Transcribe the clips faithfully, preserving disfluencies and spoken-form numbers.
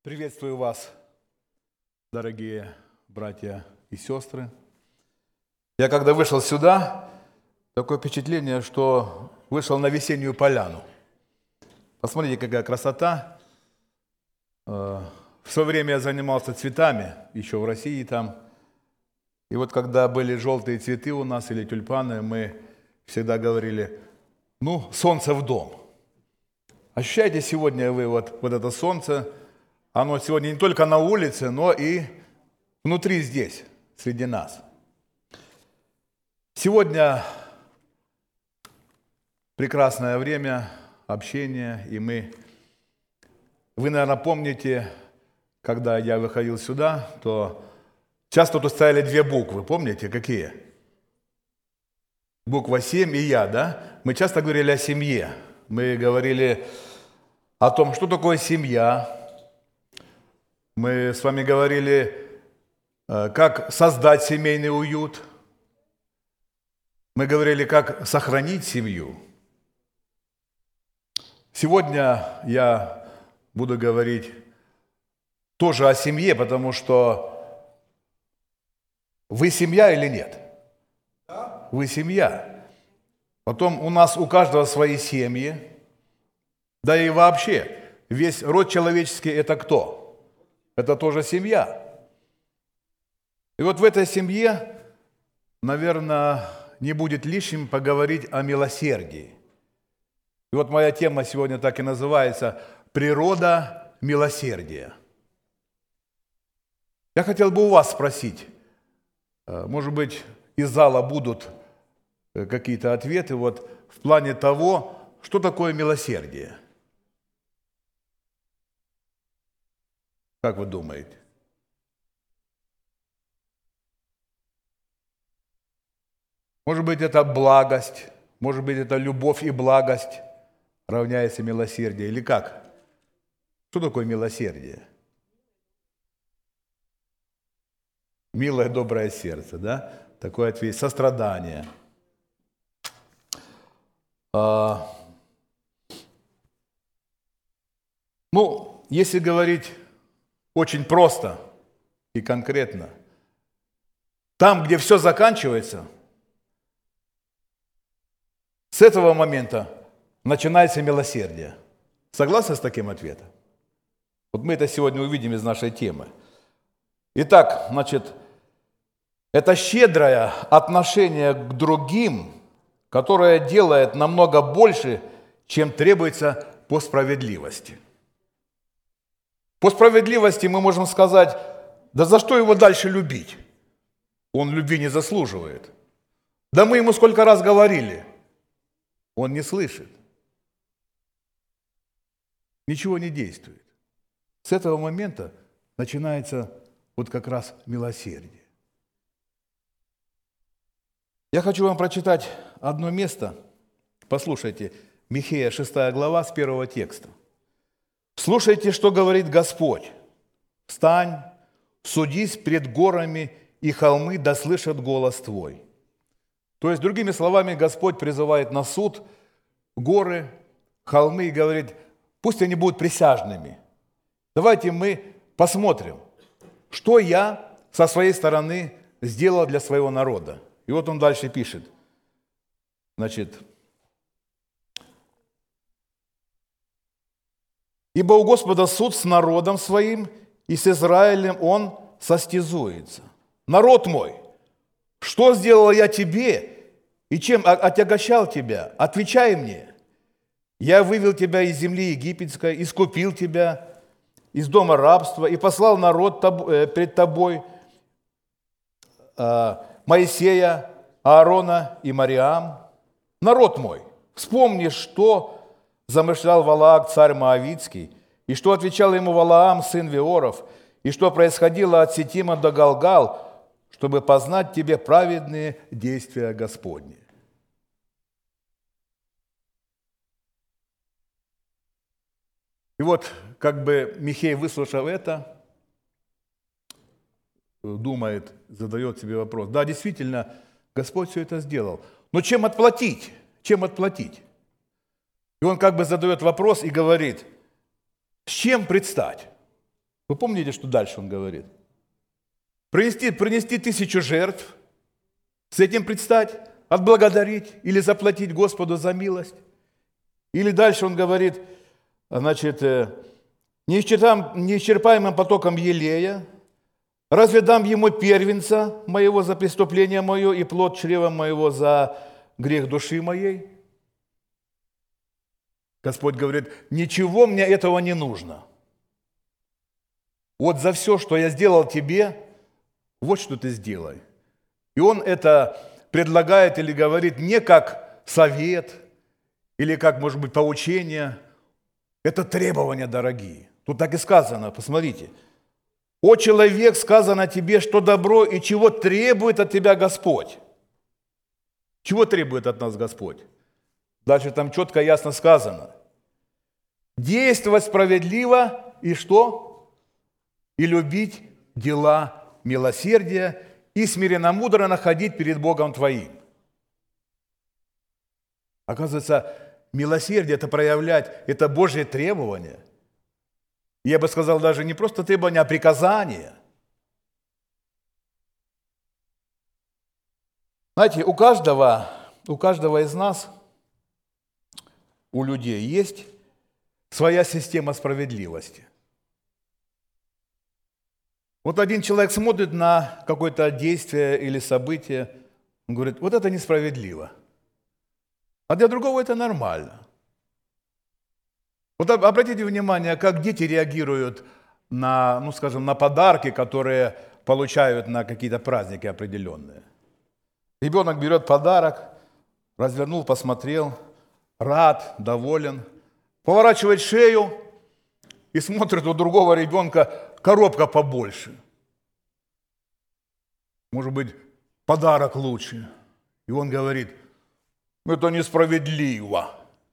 Приветствую вас, дорогие братья и сестры. Я когда вышел сюда, такое впечатление, что вышел на весеннюю поляну. Посмотрите, какая красота. В свое время я занимался цветами, еще в России там. И вот когда были желтые цветы у нас или тюльпаны, мы всегда говорили, ну, солнце в дом. Ощущаете сегодня вы вот, вот это солнце? Оно сегодня не только на улице, но и внутри здесь, среди нас. Сегодня прекрасное время общения, и мы... Вы, наверное, помните, когда я выходил сюда, то часто тут стояли две буквы, помните, какие? Буква семь и я, да? Мы часто говорили о семье. Мы говорили о том, что такое семья. Мы с вами говорили, как создать семейный уют. Мы говорили, как сохранить семью. Сегодня я буду говорить тоже о семье, потому что вы семья или нет? Вы семья. Потом у нас у каждого свои семьи. Да и вообще, весь род человеческий – это кто? Это тоже семья. И вот в этой семье, наверное, не будет лишним поговорить о милосердии. И вот моя тема сегодня так и называется «Природа милосердия». Я хотел бы у вас спросить, может быть, из зала будут какие-то ответы вот в плане того, что такое милосердие. Как вы думаете? Может быть, это благость, может быть, это любовь и благость равняется милосердию, или как? Что такое милосердие? Милое, доброе сердце, да? Такой ответ. Сострадание. А, ну, если говорить очень просто и конкретно, там, где все заканчивается, с этого момента начинается милосердие. Согласны с таким ответом? Вот мы это сегодня увидим из нашей темы. Итак, значит, это щедрое отношение к другим, которое делает намного больше, чем требуется по справедливости. По справедливости мы можем сказать, да за что его дальше любить? Он любви не заслуживает. Да мы ему сколько раз говорили, он не слышит. Ничего не действует. С этого момента начинается вот как раз милосердие. Я хочу вам прочитать одно место. Послушайте, Михея шестая глава с первого текста. «Слушайте, что говорит Господь. Встань, судись пред горами, и холмы да слышат голос твой». То есть, другими словами, Господь призывает на суд горы, холмы и говорит, пусть они будут присяжными. Давайте мы посмотрим, что я со своей стороны сделал для своего народа. И вот он дальше пишет. Значит, «Ибо у Господа суд с народом своим, и с Израилем он состязуется. Народ мой, что сделал я тебе, и чем отягощал тебя? Отвечай мне. Я вывел тебя из земли египетской, искупил тебя из дома рабства и послал народ пред тобой, Моисея, Аарона и Мариам. Народ мой, вспомни, что замышлял Валаак, царь Моавицкий, и что отвечал ему Валаам, сын Веоров, и что происходило от Ситима до Галгал, чтобы познать тебе праведные действия Господни». И вот, как бы Михей, выслушав это, думает, задает себе вопрос. Да, действительно, Господь все это сделал. Но чем отплатить? Чем отплатить? И он как бы задает вопрос и говорит, с чем предстать? Вы помните, что дальше он говорит? Принести, принести тысячу жертв, с этим предстать, отблагодарить или заплатить Господу за милость. Или дальше он говорит, значит, неисчерпаемым потоком елея, разве дам ему первенца моего за преступление мое и плод чрева моего за грех души моей? Господь говорит, ничего мне этого не нужно. Вот за все, что я сделал тебе, вот что ты сделай. И он это предлагает или говорит не как совет, или как, может быть, поучение. Это требования дорогие. Тут так и сказано, посмотрите. «О человек, сказано тебе, что добро и чего требует от тебя Господь». Чего требует от нас Господь? Дальше там четко, ясно сказано. Действовать справедливо и что? И любить дела милосердия и смиренно-мудро находить перед Богом твоим. Оказывается, милосердие – это проявлять, это Божье требование. Я бы сказал, даже не просто требование, а приказание. Знаете, у каждого, у каждого из нас, у людей есть своя система справедливости. Вот один человек смотрит на какое-то действие или событие, он говорит, вот это несправедливо. А для другого это нормально. Вот обратите внимание, как дети реагируют на, ну скажем, на подарки, которые получают на какие-то праздники определенные. Ребенок берет подарок, развернул, посмотрел, рад, доволен, поворачивает шею и смотрит у другого ребенка, коробка побольше. Может быть, подарок лучше. И он говорит, это несправедливо.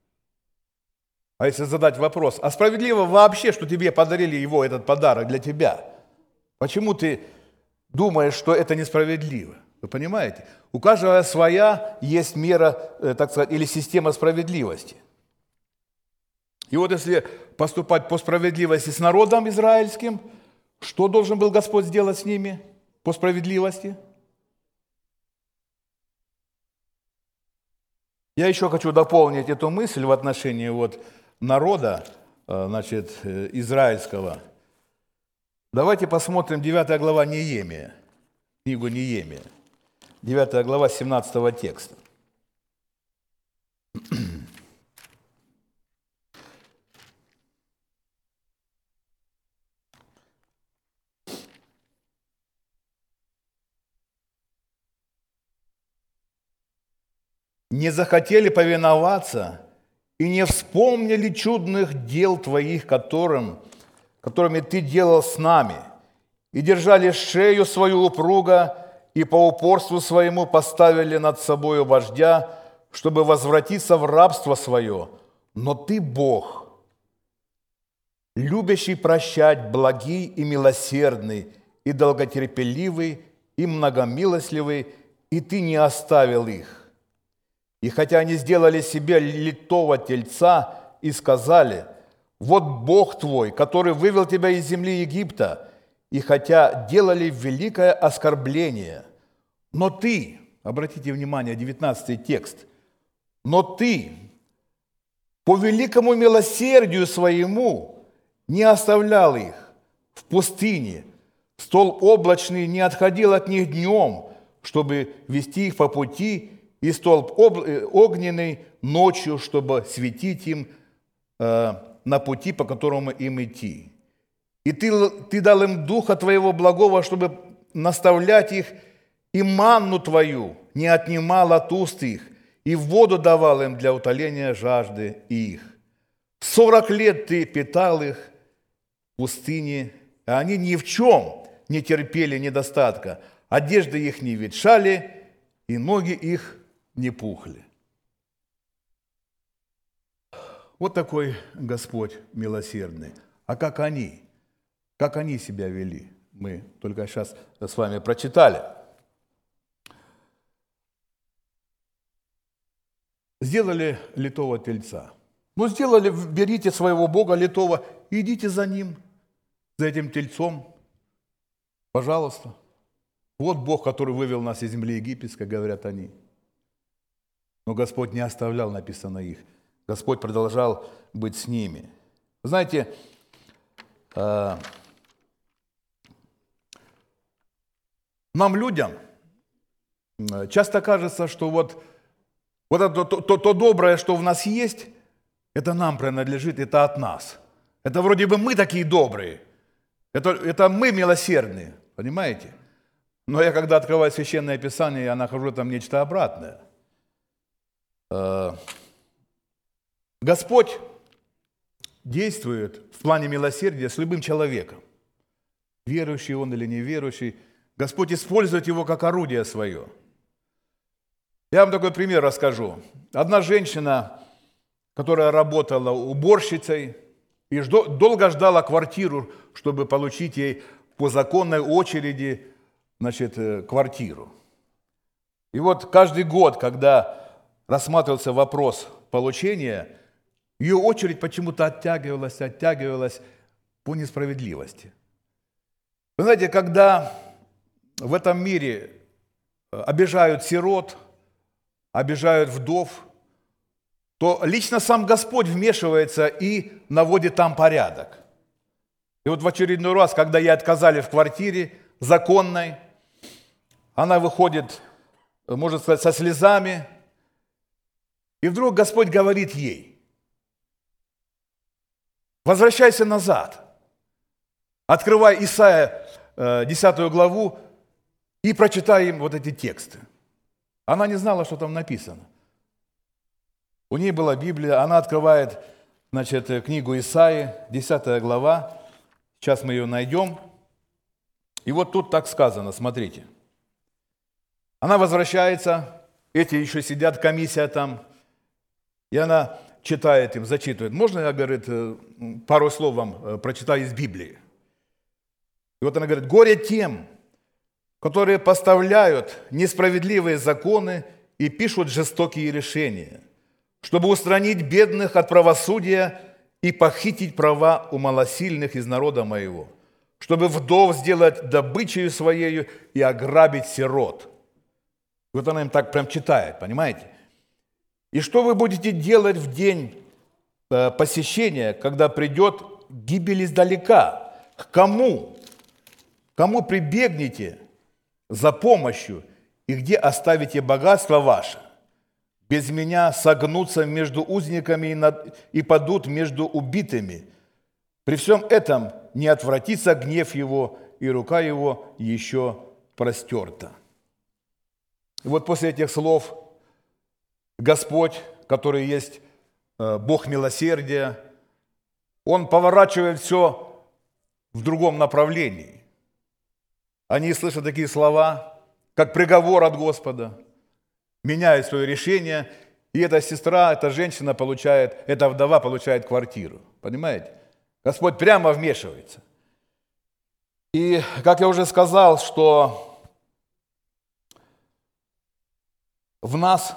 А если задать вопрос, а справедливо вообще, что тебе подарили его, этот подарок для тебя? Почему ты думаешь, что это несправедливо? Вы понимаете? У каждого своя есть мера, так сказать, или система справедливости. И вот если поступать по справедливости с народом израильским, что должен был Господь сделать с ними по справедливости? Я еще хочу дополнить эту мысль в отношении вот народа, значит, израильского. Давайте посмотрим девятая глава Неемия, книгу Неемия, девятая глава семнадцатого текста. Не захотели повиноваться и не вспомнили чудных дел твоих, которым, которыми ты делал с нами, и держали шею свою упруго, и по упорству своему поставили над собою вождя, чтобы возвратиться в рабство свое. Но ты, Бог, любящий прощать, благий и милосердный, и долготерпеливый, и многомилостливый, и ты не оставил их. И хотя они сделали себе литого тельца и сказали, вот Бог твой, который вывел тебя из земли Египта, и хотя делали великое оскорбление, но ты, обратите внимание, девятнадцатый текст, но ты по великому милосердию своему не оставлял их в пустыне, столб облачный не отходил от них днем, чтобы вести их по пути, и столб огненный ночью, чтобы светить им э, на пути, по которому им идти. И ты, ты дал им духа твоего благого, чтобы наставлять их, и манну твою не отнимал от уст их, и воду давал им для утоления жажды их. Сорок лет ты питал их в пустыне, а они ни в чем не терпели недостатка. Одежды их не ветшали, и ноги их не пухли. Вот такой Господь милосердный. А как они? Как они себя вели? Мы только сейчас с вами прочитали. Сделали литого тельца. Ну, сделали, берите своего Бога литого и идите за ним. за этим тельцом, пожалуйста. Вот Бог, который вывел нас из земли египетской, говорят они. Но Господь не оставлял, написано, их. Господь продолжал быть с ними. Знаете, нам, людям, часто кажется, что вот, вот это, то, то, то доброе, что в нас есть, это нам принадлежит, это от нас. Это вроде бы мы такие добрые, это, это мы милосердные, понимаете? Но я, когда открываю Священное Писание, я нахожу там нечто обратное. Господь действует в плане милосердия с любым человеком. Верующий он или неверующий. Господь использует его как орудие свое. Я вам такой пример расскажу. Одна женщина, которая работала уборщицей, и долго ждала квартиру, чтобы получить ей по законной очереди, значит, квартиру. И вот каждый год, когда рассматривался вопрос получения, ее очередь почему-то оттягивалась, оттягивалась по несправедливости. Вы знаете, когда в этом мире обижают сирот, обижают вдов, то лично сам Господь вмешивается и наводит там порядок. И вот в очередной раз, когда ей отказали в квартире законной, она выходит, можно сказать, со слезами, и вдруг Господь говорит ей: возвращайся назад, открывай Исайя десятую главу и прочитай им вот эти тексты. Она не знала, что там написано. У нее была Библия, она открывает, значит, книгу Исаии, десятая глава. Сейчас мы ее найдем. И вот тут так сказано, смотрите. Она возвращается, эти еще сидят, комиссия там, и она читает им, зачитывает. Можно я, говорит, пару слов вам прочитаю из Библии? И вот она говорит: горе тем, которые поставляют несправедливые законы и пишут жестокие решения, чтобы устранить бедных от правосудия и похитить права у малосильных из народа моего, чтобы вдов сделать добычей своею и ограбить сирот. И вот она им так прям читает, понимаете? И что вы будете делать в день посещения, когда придет гибель издалека? К кому? К кому прибегнете за помощью и где оставите богатство ваше? Без меня согнутся между узниками и, над... и падут между убитыми. При всем этом не отвратится гнев его, и рука его еще простерта. И вот после этих слов Господь, который есть Бог милосердия, Он поворачивает все в другом направлении. Они слышат такие слова, как приговор от Господа, меняет свое решение, и эта сестра, эта женщина получает, эта вдова получает квартиру. Понимаете? Господь прямо вмешивается. И, как я уже сказал, что в нас,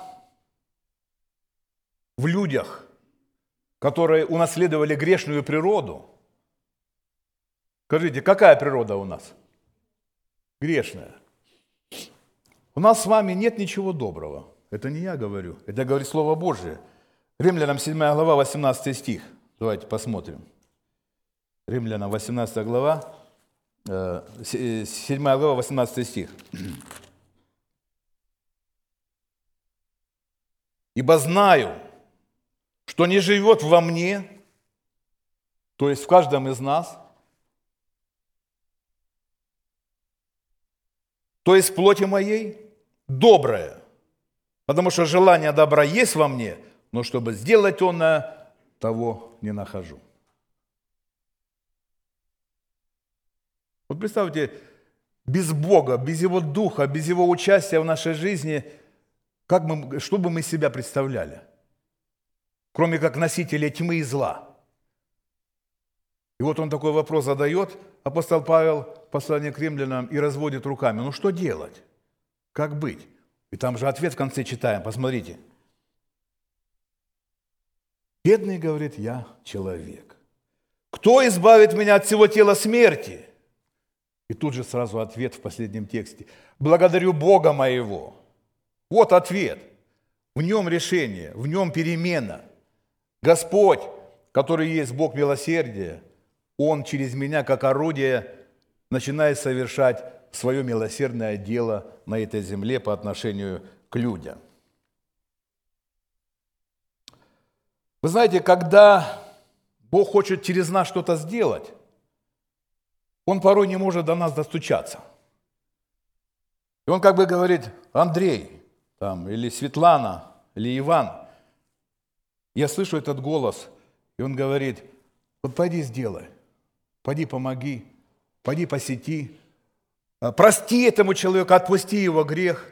в людях, которые унаследовали грешную природу, скажите, какая природа у нас? Грешная. У нас с вами нет ничего доброго. Это не я говорю, это говорит Слово Божие. Римлянам седьмая глава, восемнадцатый стих. Давайте посмотрим. Римлянам восемнадцатая глава, седьмая глава, восемнадцатый стих. «Ибо знаю, что не живет во мне, то есть в каждом из нас, то есть в плоти моей, доброе, потому что желание добра есть во мне, но чтобы сделать оно, того не нахожу». Вот представьте, без Бога, без Его Духа, без Его участия в нашей жизни, как мы, что бы мы себя представляли? Кроме как носителя тьмы и зла. И вот он такой вопрос задает, апостол Павел, послание к римлянам, и разводит руками. Ну что делать? Как быть? И там же ответ в конце читаем, посмотрите. Бедный, говорит, я человек. Кто кто избавит меня от всего тела смерти? И тут же сразу ответ в последнем тексте. Благодарю Бога моего. Вот ответ. В нем решение, в нем перемена. Господь, который есть Бог милосердия, Он через меня, как орудие, начинает совершать свое милосердное дело на этой земле по отношению к людям. Вы знаете, когда Бог хочет через нас что-то сделать, Он порой не может до нас достучаться. И Он как бы говорит: Андрей, там, или Светлана, или Иван. Я слышу этот голос, и он говорит: вот пойди сделай, пойди помоги, пойди посети, прости этому человеку, отпусти его грех.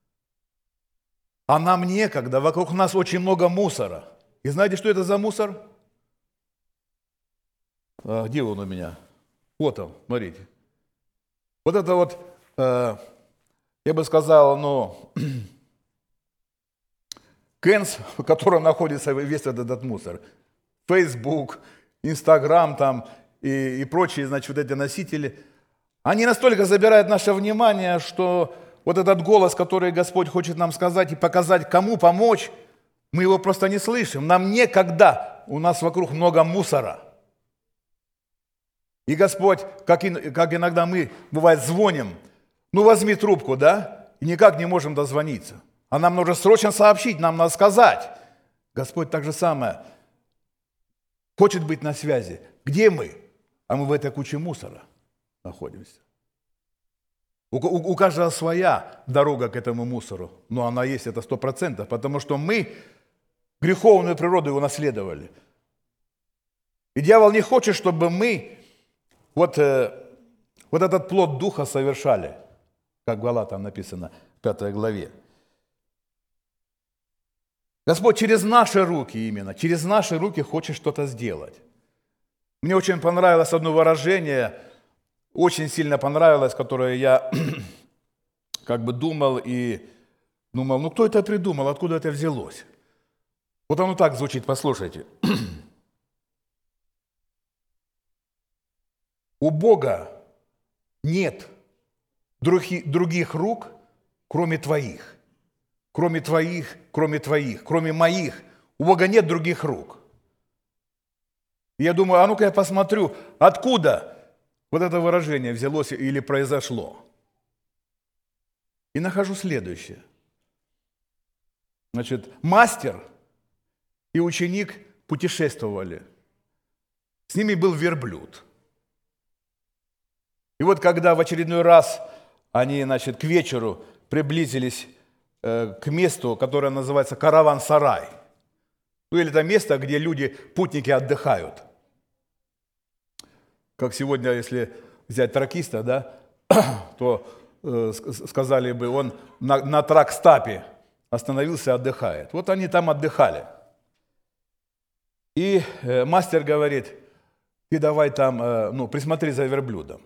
А нам некогда, вокруг нас очень много мусора. И знаете, что это за мусор? А, где он у меня? Вот он, смотрите. Вот это вот, э, я бы сказал, ну, Кэнс, в котором находится весь этот, этот мусор. Facebook, Instagram там и, и прочие, значит, вот эти носители. Они настолько забирают наше внимание, что вот этот голос, который Господь хочет нам сказать и показать, кому помочь, мы его просто не слышим. Нам некогда, у нас вокруг много мусора. И Господь, как, и, как иногда мы, бывает, звоним, ну возьми трубку, да, и никак не можем дозвониться. А нам нужно срочно сообщить, нам надо сказать. Господь так же самое хочет быть на связи. Где мы? А мы в этой куче мусора находимся. У, у, у каждого своя дорога к этому мусору, но она есть, это сто процентов, потому что мы греховную природу его наследовали. И дьявол не хочет, чтобы мы вот, э, вот этот плод Духа совершали, как в Галатам написано в пятой главе. Господь через наши руки именно, через наши руки хочет что-то сделать. Мне очень понравилось одно выражение, очень сильно понравилось, которое я как бы думал и думал, ну кто это придумал, откуда это взялось? Вот оно так звучит, послушайте. У Бога нет других рук, кроме твоих. Кроме твоих, кроме твоих, кроме моих. У Бога нет других рук. И я думаю, а ну-ка я посмотрю, откуда вот это выражение взялось или произошло. И нахожу следующее. Значит, мастер и ученик путешествовали. С ними был верблюд. И вот когда в очередной раз они, значит, к вечеру приблизились к месту, которое называется караван-сарай. Ну или это место, где люди, путники отдыхают. Как сегодня, если взять тракиста, да, то э, сказали бы, он на, на трак-стапе остановился, отдыхает. Вот они там отдыхали. И э, мастер говорит: ты давай там, э, ну, присмотри за верблюдом.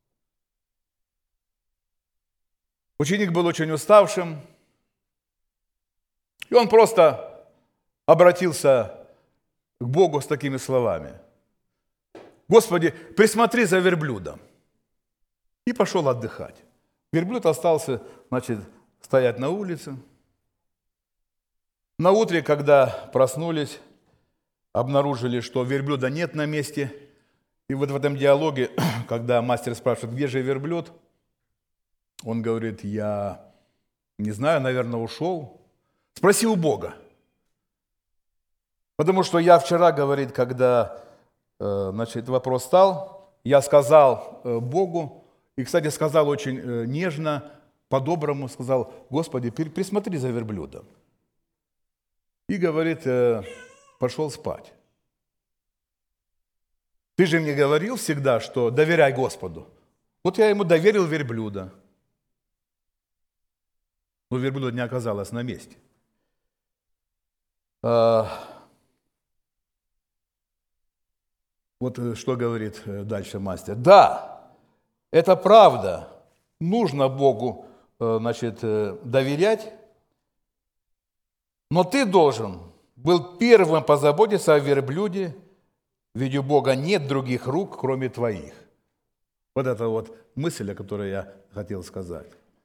Ученик был очень уставшим, и он просто обратился к Богу с такими словами: Господи, присмотри за верблюдом. И пошел отдыхать. Верблюд остался, значит, стоять на улице. На утре, когда проснулись, обнаружили, что верблюда нет на месте. И вот в этом диалоге, когда мастер спрашивает, где же верблюд, он говорит: я не знаю, наверное, ушел. Спроси у Бога. Потому что я вчера, говорит, когда, значит, вопрос стал, я сказал Богу, и, кстати, сказал очень нежно, по-доброму сказал: Господи, присмотри за верблюдом. И, говорит, пошел спать. Ты же мне говорил всегда, что доверяй Господу. Вот я ему доверил верблюда. Но верблюда не оказалось на месте. Вот что говорит дальше мастер. Да, это правда. Нужно Богу, значит, доверять. Но ты должен был первым позаботиться о верблюде ведь у Бога нет других рук, кроме твоих. Вот это вот мысль, о которой я хотел сказать.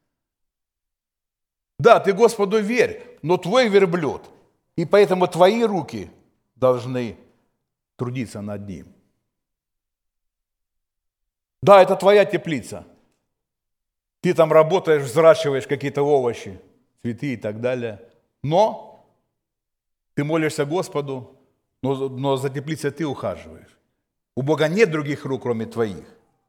Да, ты Господу верь, но твой верблюд, и поэтому твои руки должны трудиться над ним. Да, это твоя теплица. Ты там работаешь, взращиваешь какие-то овощи, цветы и так далее. Но ты молишься Господу, но, но за теплицей ты ухаживаешь. У Бога нет других рук, кроме твоих.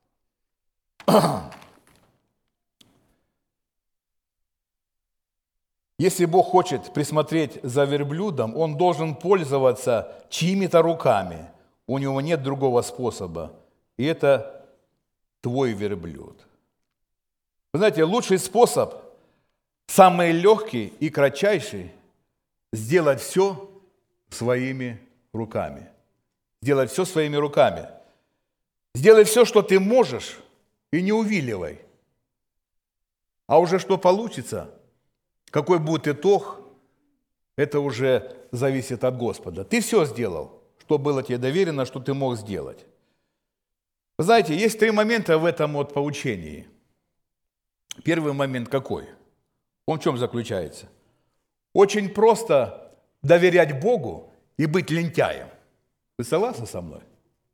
Если Бог хочет присмотреть за верблюдом, Он должен пользоваться чьими-то руками. У Него нет другого способа. И это твой верблюд. Вы знаете, лучший способ, самый легкий и кратчайший, сделать все своими руками. Сделать все своими руками. Сделай все, что ты можешь, и не увиливай. А уже что получится, какой будет итог, это уже зависит от Господа. Ты все сделал, что было тебе доверено, что ты мог сделать. Вы знаете, есть три момента в этом вот поучении. Первый момент какой? Он в чем заключается? Очень просто доверять Богу и быть лентяем. Вы согласны со мной?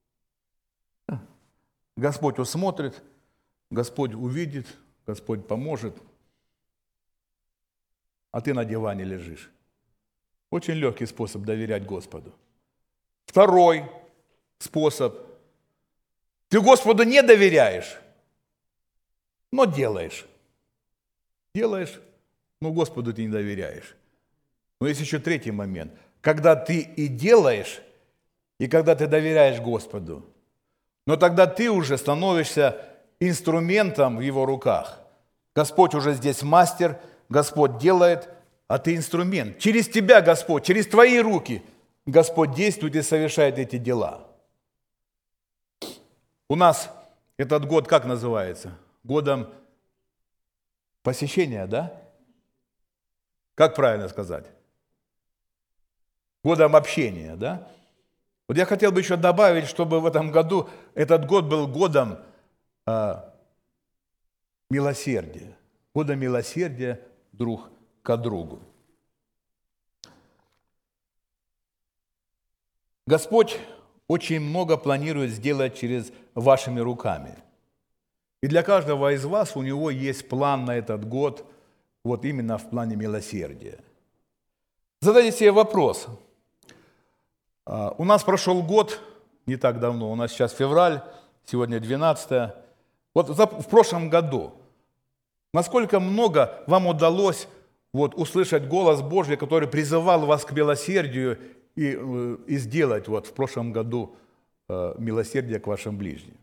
Господь усмотрит, Господь увидит, Господь поможет, а ты на диване лежишь. Очень легкий способ доверять Господу. Второй способ. Ты Господу не доверяешь, но делаешь. Делаешь, но Господу ты не доверяешь. Но есть еще третий момент. Когда ты и делаешь, и когда ты доверяешь Господу, но тогда ты уже становишься инструментом в Его руках. Господь уже здесь мастер, Господь делает, а ты инструмент. Через тебя, Господь, через твои руки Господь действует и совершает эти дела. У нас этот год как называется? Годом посещения, да? Как правильно сказать? Годом общения, да? Вот я хотел бы еще добавить, чтобы в этом году этот год был годом э, милосердия. Годом милосердия друг к другу. Господь очень много планирует сделать через вашими руками. И для каждого из вас у него есть план на этот год, вот именно в плане милосердия. Задайте себе вопрос. У нас прошел год, не так давно, у нас сейчас февраль, сегодня двенадцатое. Вот в прошлом году, насколько много вам удалось вот, услышать голос Божий, который призывал вас к милосердию и, и сделать вот, в прошлом году милосердие к вашим ближним?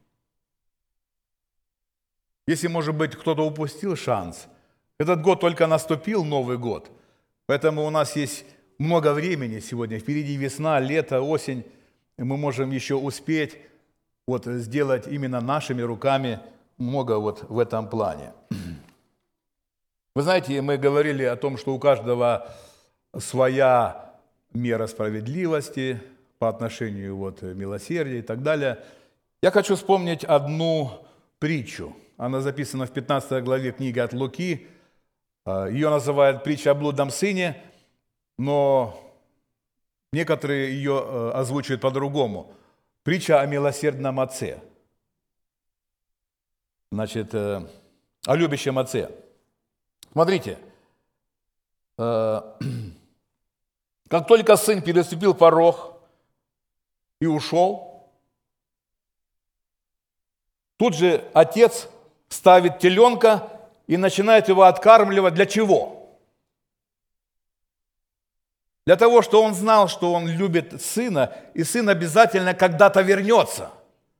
Если, может быть, кто-то упустил шанс, этот год только наступил, Новый год, поэтому у нас есть много времени сегодня, впереди весна, лето, осень, и мы можем еще успеть вот, сделать именно нашими руками много вот в этом плане. Вы знаете, мы говорили о том, что у каждого своя мера справедливости по отношению вот, милосердия и так далее. Я хочу вспомнить одну притчу. Она записана в пятнадцатой главе книги от Луки. Ее называют «Притча о блудном сыне», но некоторые ее озвучивают по-другому. Притча о милосердном отце. Значит, о любящем отце. Смотрите, как только сын переступил порог и ушел, тут же отец ставит теленка и начинает его откармливать. Для чего? Для того, что он знал, что он любит сына, и сын обязательно когда-то вернется.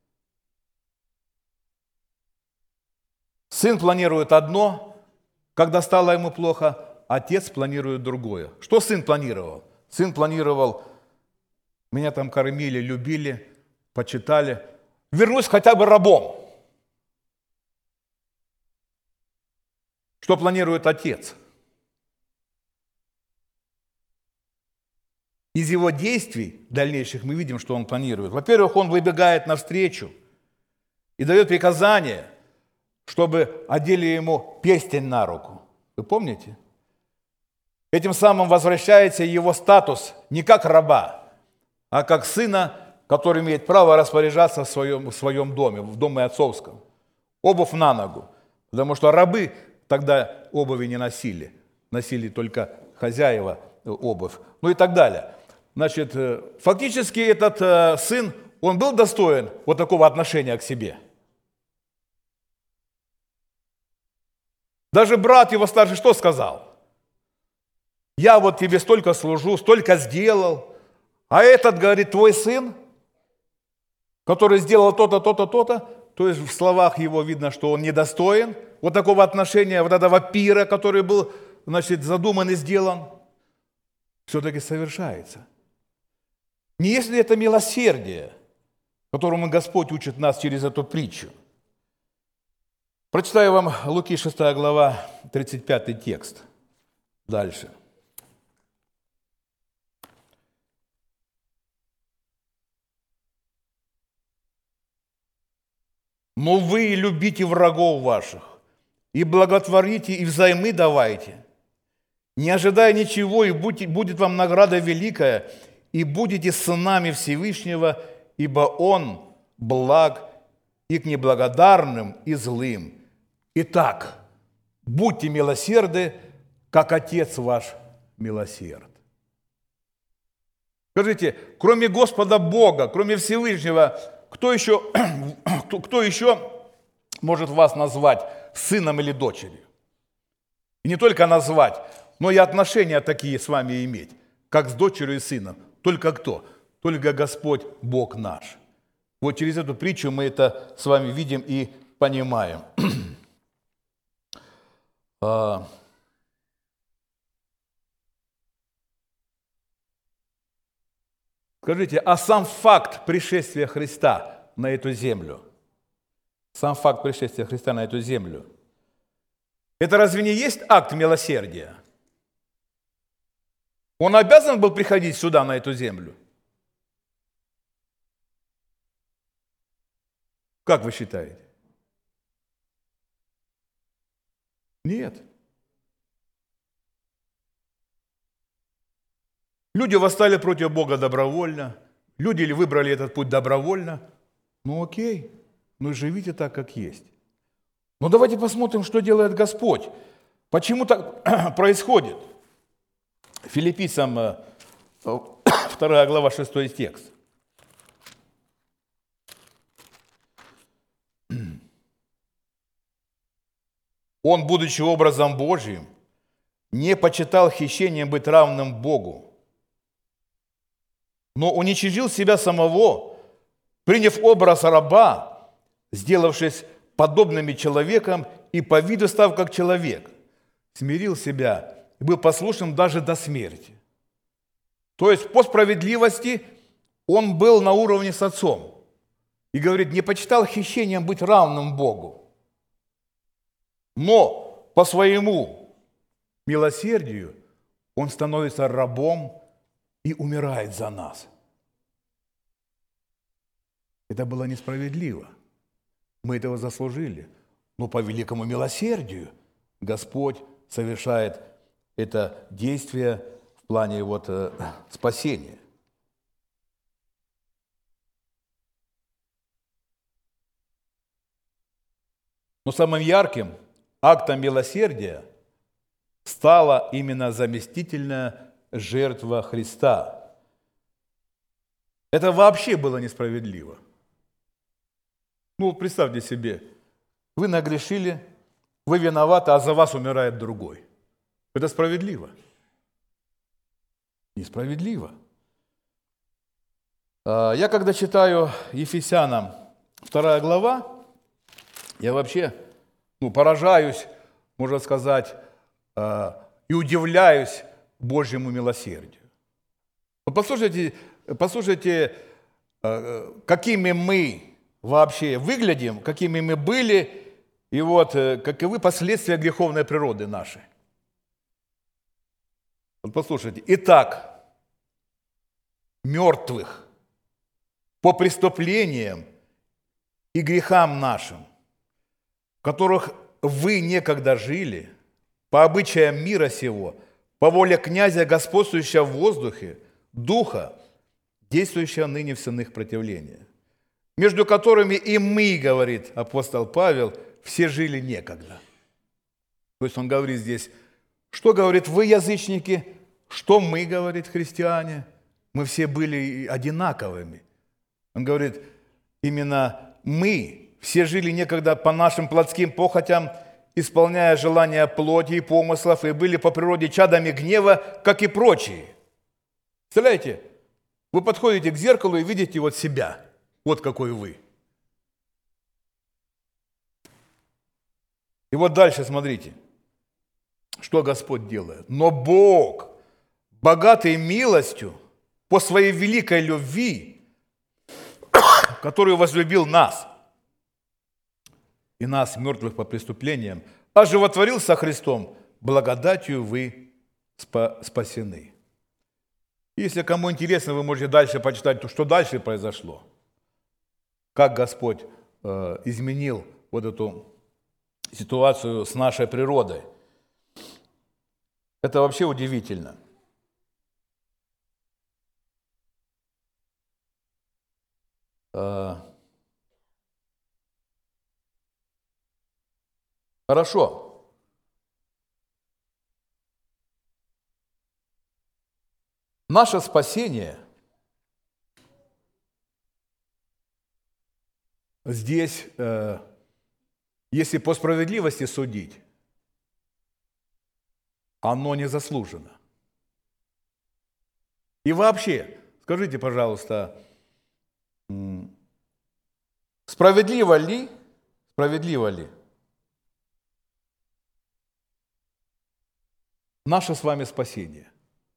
Сын планирует одно, когда стало ему плохо, отец планирует другое. Что сын планировал? Сын планировал, меня там кормили, любили, почитали. Вернусь хотя бы рабом. Что планирует отец? из его действий дальнейших мы видим, что он планирует. Во-первых, он выбегает навстречу и дает приказание, чтобы одели ему перстень на руку. Вы помните? Этим самым возвращается его статус не как раба, а как сына, который имеет право распоряжаться в своем, в своем доме, в доме отцовском. Обувь на ногу, потому что рабы тогда обуви не носили, носили только хозяева обувь, ну и так далее. Значит, фактически этот сын, он был достоин вот такого отношения к себе. Даже брат его старший что сказал? Я вот тебе столько служу, столько сделал, а этот, говорит, твой сын, который сделал то-то, то-то, то-то, то есть в словах его видно, что он недостоин вот такого отношения, вот этого пира, который был, значит, задуман и сделан, все-таки совершается. Не если это милосердие, которому Господь учит нас через эту притчу. Прочитаю вам Луки шестая глава, тридцать пятый текст. Дальше. «Но вы любите врагов ваших, и благотворите, и взаймы давайте, не ожидая ничего, и будет вам награда великая, и будете сынами Всевышнего, ибо Он благ и к неблагодарным, и злым. Итак, будьте милосерды, как Отец ваш милосерд». Скажите, кроме Господа Бога, кроме Всевышнего, кто еще, кто еще может вас назвать сыном или дочерью? И не только назвать, но и отношения такие с вами иметь, как с дочерью и сыном. Только кто? Только Господь Бог наш. Вот через эту притчу мы это с вами видим и понимаем. Скажите, а сам факт пришествия Христа на эту землю, сам факт пришествия Христа на эту землю, это разве не есть акт милосердия? Он обязан был приходить сюда, на эту землю? Как вы считаете? Нет. Люди восстали против Бога добровольно. Люди ли выбрали этот путь добровольно? Ну окей, ну живите так, как есть. Но давайте посмотрим, что делает Господь. Почему так происходит? Филиппийцам вторая глава, шестой текст. Он, будучи образом Божьим, не почитал хищением быть равным Богу, но уничижил себя самого, приняв образ раба, сделавшись подобным человеком и по виду став как человек, смирил себя и был послушным даже до смерти. То есть по справедливости он был на уровне с отцом. И говорит, не почитал хищением быть равным Богу, но по своему милосердию он становится рабом и умирает за нас. Это было несправедливо. Мы этого заслужили. Но по великому милосердию Господь совершает это действие в плане вот, э, спасения. Но самым ярким актом милосердия стала именно заместительная жертва Христа. Это вообще было несправедливо. Ну, представьте себе, вы нагрешили, вы виноваты, а за вас умирает другой. Это справедливо? Несправедливо. Я когда читаю Ефесянам вторая глава, я вообще ну, поражаюсь, можно сказать, и удивляюсь Божьему милосердию. Вот послушайте, послушайте, какими мы вообще выглядим, какими мы были, и вот каковы последствия греховной природы нашей. Вот послушайте. Итак, мертвых по преступлениям и грехам нашим, в которых вы некогда жили, по обычаям мира сего, по воле князя, господствующего в воздухе, духа, действующего ныне в сынных противления, между которыми и мы, говорит апостол Павел, все жили некогда. То есть он говорит здесь, что говорит вы, язычники, что мы, говорит, христиане, мы все были одинаковыми. Он говорит, именно мы все жили некогда по нашим плотским похотям, исполняя желания плоти и помыслов, и были по природе чадами гнева, как и прочие. Представляете, вы подходите к зеркалу и видите вот себя, вот какой вы. И вот дальше смотрите, что Господь делает. Но Бог, богатый милостью, по своей великой любви, которую возлюбил нас, и нас, мертвых по преступлениям, оживотворил со Христом, благодатью вы спасены. Если кому интересно, вы можете дальше почитать, что дальше произошло. Как Господь э, изменил вот эту ситуацию с нашей природой. Это вообще удивительно. Э, Хорошо. Наше спасение здесь, э, если по справедливости судить, оно не заслужено. И вообще, скажите, пожалуйста, справедливо ли, справедливо ли наше с вами спасение?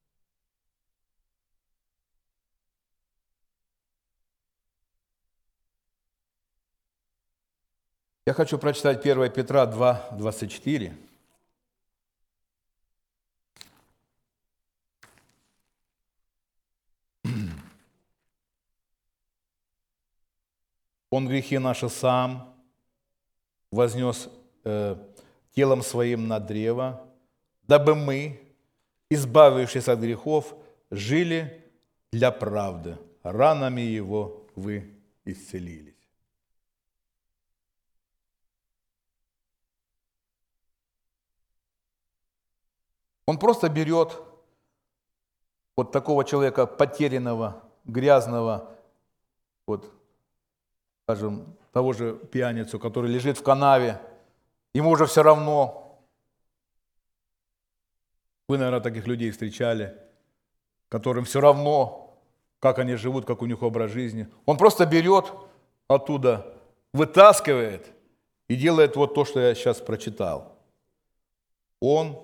Я хочу прочитать первое Петра два, двадцать четыре. Он грехи наши сам вознес э, телом своим на древо, дабы мы, избавившись от грехов, жили для правды. Ранами его вы исцелились. Он просто берет вот такого человека потерянного, грязного, вот, скажем, того же пьяницу, который лежит в канаве, ему уже все равно. Вы, наверное, таких людей встречали, которым все равно, как они живут, как у них образ жизни. Он просто берет оттуда, вытаскивает и делает вот то, что я сейчас прочитал. Он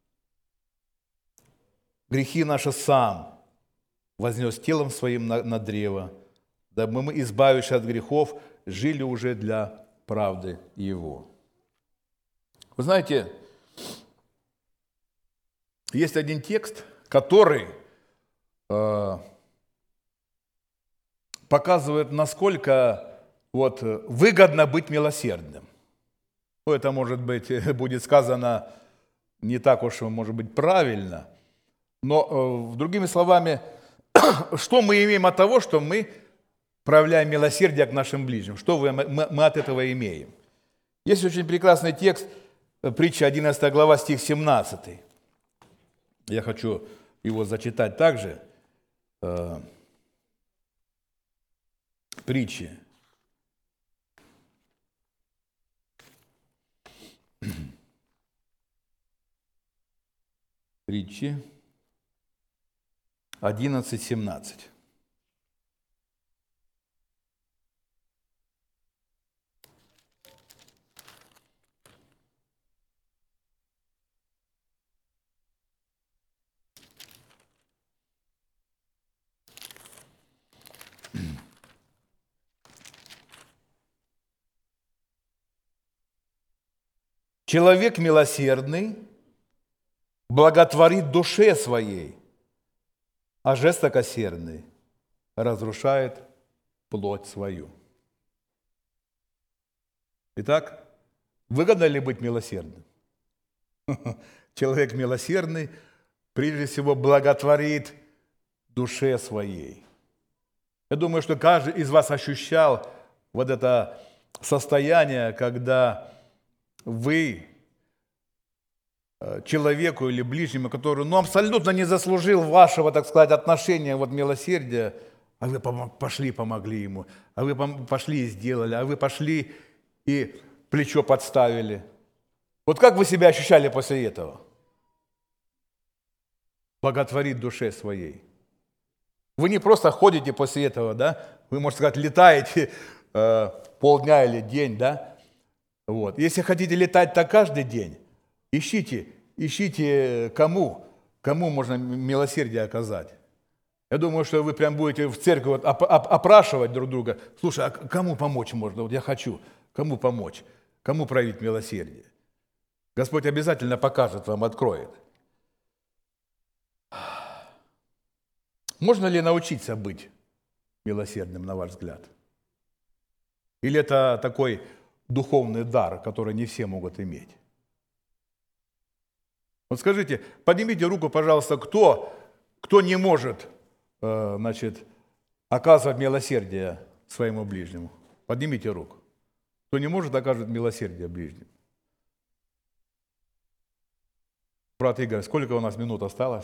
грехи наши сам вознес телом своим на, на древо, дабы мы, избавившись от грехов, жили уже для правды Его. Вы знаете, есть один текст, который э, показывает, насколько вот, выгодно быть милосердным. Ну, это, может быть, будет сказано не так уж, может быть, правильно, но, э, другими словами, что мы имеем от того, что мы проявляем милосердие к нашим ближним? Что мы, мы от этого имеем? Есть очень прекрасный текст, притча одиннадцатая глава, стих семнадцатый. Я хочу его зачитать также. Э, притчи. Притчи одиннадцать семнадцать. Человек милосердный благотворит душе своей, а жестокосердный разрушает плоть свою. Итак, выгодно ли быть милосердным? Человек милосердный прежде всего благотворит душе своей. Я думаю, что каждый из вас ощущал вот это состояние, когда вы человеку или ближнему, который ну, абсолютно не заслужил вашего, так сказать, отношения, вот милосердия, а вы пошли, помогли ему, а вы пошли и сделали, а вы пошли и плечо подставили. Вот как вы себя ощущали после этого? Благотворит душе своей. Вы не просто ходите после этого, да? Вы, можно сказать, летаете э, полдня или день, да? Вот. Если хотите летать так каждый день, ищите, ищите кому, кому можно милосердие оказать. Я думаю, что вы прям будете в церкви вот оп- оп- опрашивать друг друга. Слушай, а кому помочь можно? Вот я хочу. Кому помочь? Кому проявить милосердие? Господь обязательно покажет вам, откроет. Можно ли научиться быть милосердным, на ваш взгляд? Или это такой духовный дар, который не все могут иметь? Вот скажите, поднимите руку, пожалуйста, кто, кто не может э, значит, оказывать милосердие своему ближнему? Поднимите руку. Кто не может оказывать милосердие ближнему? Брат Игорь, сколько у нас минут осталось?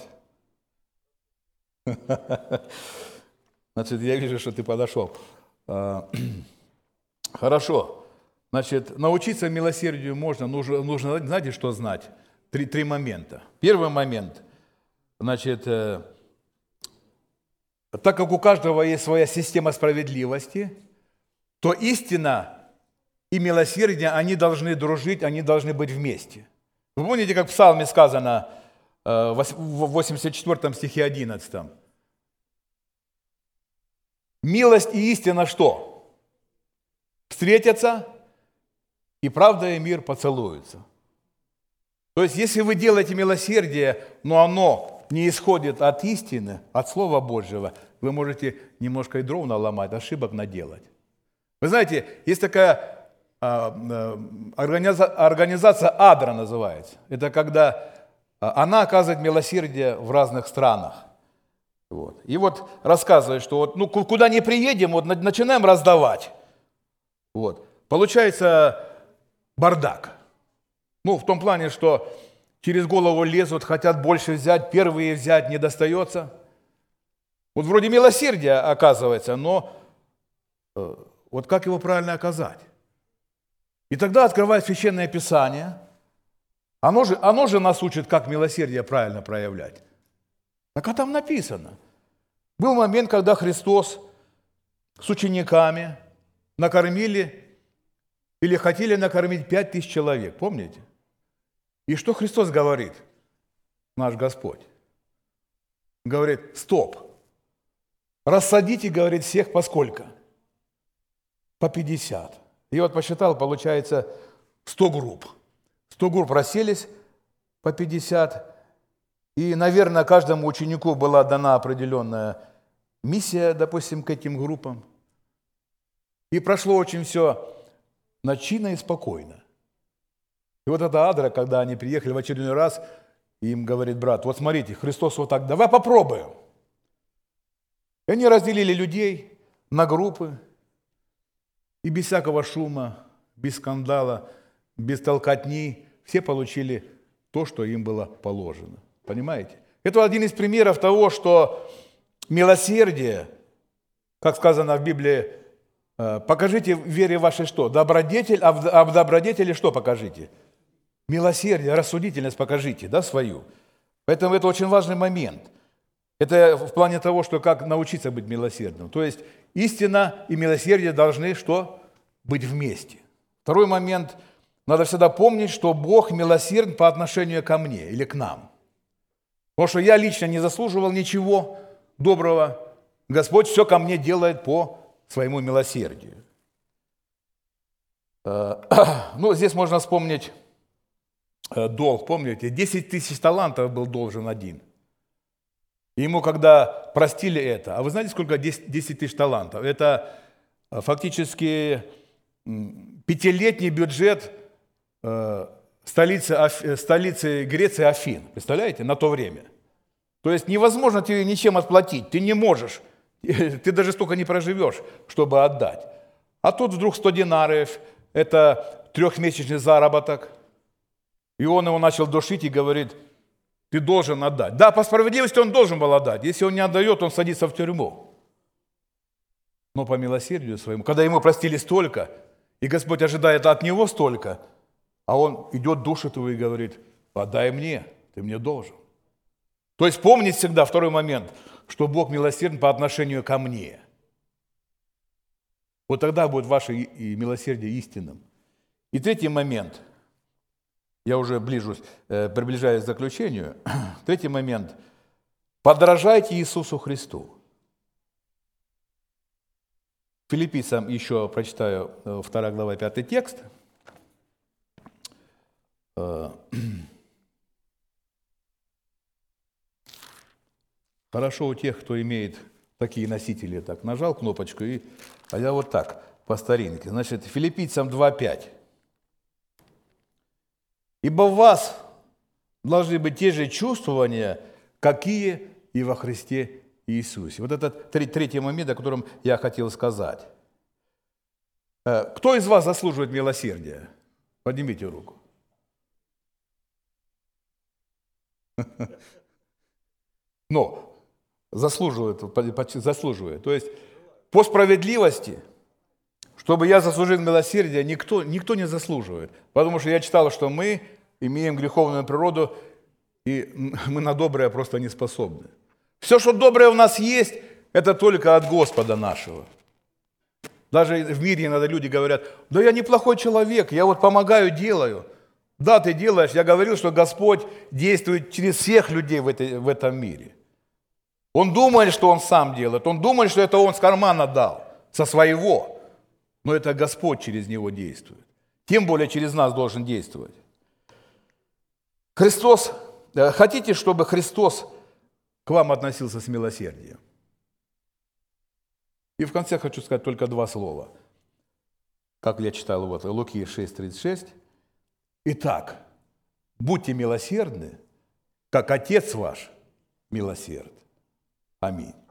Значит, я вижу, что ты подошел. Хорошо. Значит, научиться милосердию можно. Нужно, нужно знаете, что знать? Три, три момента. Первый момент. Значит, э, так как у каждого есть своя система справедливости, то истина и милосердие, они должны дружить, они должны быть вместе. Вы помните, как в Псалме сказано, в восемьдесят четвёртом стихе одиннадцатом? Милость и истина что? Встретятся, и правда и мир поцелуются. То есть, если вы делаете милосердие, но оно не исходит от истины, от Слова Божьего, вы можете немножко и дров наломать, ошибок наделать. Вы знаете, есть такая организация АДРА называется. Это когда она оказывает милосердие в разных странах. Вот. И вот рассказывает, что вот, ну, куда ни приедем, вот начинаем раздавать. Вот. Получается бардак. Ну, в том плане, что через голову лезут, хотят больше взять, первые взять не достается. Вот вроде милосердие оказывается, но э, вот как его правильно оказать? И тогда открывает Священное Писание. Оно же, оно же нас учит, как милосердие правильно проявлять. Так а там написано. Был момент, когда Христос с учениками накормили или хотели накормить пять тысяч человек. Помните? И что Христос говорит? Наш Господь. Говорит, стоп. Рассадите, говорит, всех по сколько? По пятьдесят. И вот посчитал, получается сто групп. сто групп расселись по пятьдесят. И, наверное, каждому ученику была дана определенная миссия, допустим, к этим группам. И прошло очень все начинно и спокойно. И вот это Адра, когда они приехали в очередной раз, им говорит брат, вот смотрите, Христос вот так, давай попробуем. И они разделили людей на группы, и без всякого шума, без скандала, без толкотни, все получили то, что им было положено. Понимаете? Это один из примеров того, что милосердие, как сказано в Библии, покажите в вере вашей что? Добродетель, а в добродетели что покажите? Милосердие, рассудительность покажите, да, свою. Поэтому это очень важный момент. Это в плане того, что как научиться быть милосердным. То есть истина и милосердие должны что? Быть вместе. Второй момент. Надо всегда помнить, что Бог милосерден по отношению ко мне или к нам. Потому что я лично не заслуживал ничего доброго. Господь все ко мне делает по своему милосердию. Ну, здесь можно вспомнить долг. Помните, десять тысяч талантов был должен один. И ему, когда простили это, а вы знаете, сколько десять тысяч талантов? Это фактически пятилетний бюджет столицы, столицы Греции Афин. Представляете, на то время. То есть невозможно тебе ничем отплатить, ты не можешь. Ты даже столько не проживешь, чтобы отдать. А тут вдруг сто динаров, это трехмесячный заработок. И он его начал душить и говорит: ты должен отдать. Да, по справедливости он должен был отдать. Если он не отдает, он садится в тюрьму. Но по милосердию своему, когда ему простили столько, и Господь ожидает от него столько, а он идет, душит его и говорит: отдай мне, ты мне должен. То есть помнить всегда, второй момент, что Бог милосерден по отношению ко мне. Вот тогда будет ваше и милосердие истинным. И третий момент, я уже ближусь, приближаюсь к заключению. Третий момент. Подражайте Иисусу Христу. Филиппийцам еще прочитаю вторая глава, пятый текст. Хорошо у тех, кто имеет такие носители. Так, нажал кнопочку, и, а я вот так, по старинке. Значит, Филиппийцам два пять. «Ибо в вас должны быть те же чувствования, какие и во Христе Иисусе». Вот это третий момент, о котором я хотел сказать. Кто из вас заслуживает милосердия? Поднимите руку. Но заслуживает, заслуживает. То есть по справедливости, чтобы я заслужил милосердие, никто, никто не заслуживает. Потому что я читал, что мы имеем греховную природу, и мы на доброе просто не способны. Все, что доброе у нас есть, это только от Господа нашего. Даже в мире иногда люди говорят: да я неплохой человек, я вот помогаю, делаю. Да, ты делаешь. Я говорил, что Господь действует через всех людей в, этой, в этом мире. Он думает, что Он сам делает. Он думает, что это Он с кармана дал, со своего. Но это Господь через него действует. Тем более через нас должен действовать. Христос, хотите, чтобы Христос к вам относился с милосердием? И в конце хочу сказать только два слова. Как я читал, вот, Луки шесть тридцать шесть. Итак, будьте милосердны, как Отец ваш милосерд. Аминь.